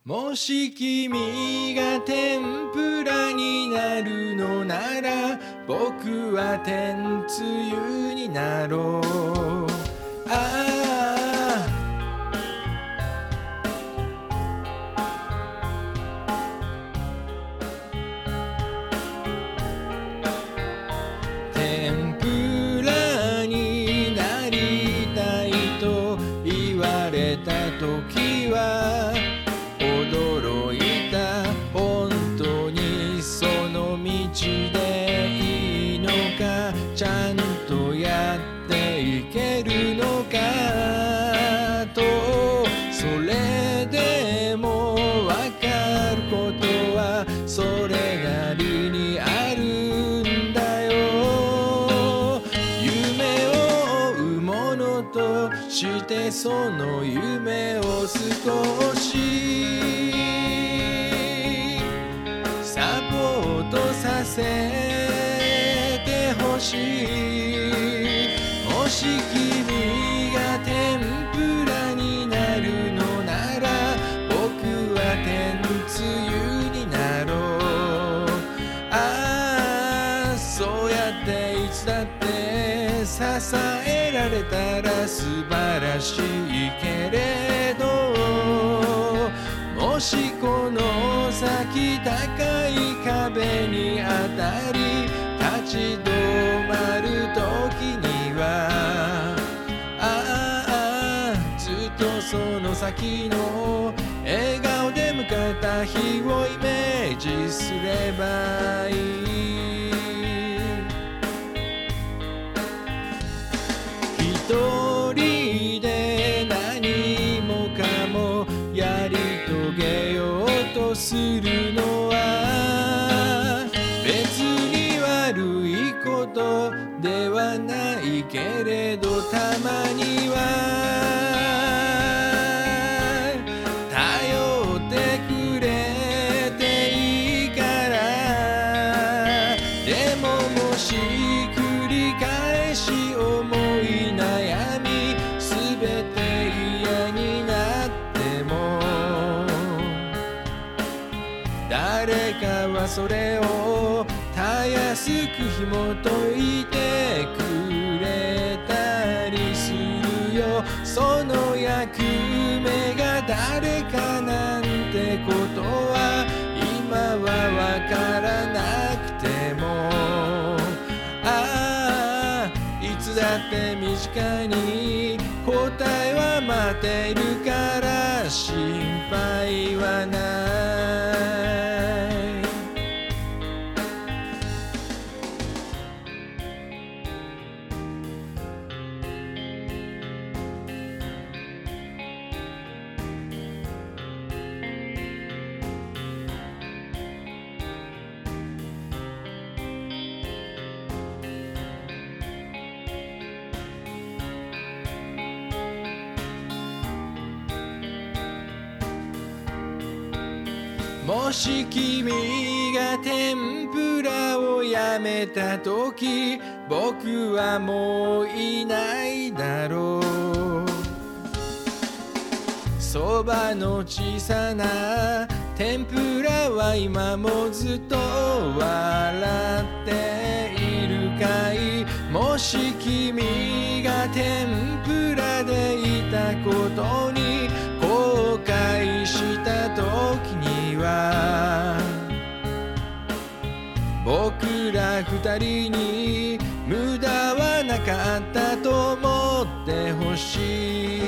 もし君が天ぷらになるのなら僕は天つゆになろう。天ぷらになりたいと言われた時は驚いた。本当にその道でいいのか、ちゃんとやっていけるのかと。それでもわかることはそれなりにあるんだよ。夢を追うものとしてその夢を少しサポートさせてほしい。もし君が天ぷらになるのなら僕は天つゆになろう。そうやっていつだって支えられたら素晴らしいけれど、もしこの先高い壁に当たり立ち止まる時にはずっとその先の笑顔で迎えた日をイメージすればいい。一人で何もかもやり遂げようとするのは別に悪いことではないけれど、たまには頼ってくれていいから。でももし繰り返し思い悩み全て嫌になっても誰かはそれをたやすく紐解いてくれたりするよ。その役目が誰かなんてことは今はわからなくてもいつだって身近に答えは待っているから心配はない。もし君が天ぷらをやめた時僕はもういないだろう。そばの小さな天ぷらは今もずっと笑っているかい。もし君が天ぷらでいたことに後悔した時には僕ら二人に無駄はなかったと思ってほしい。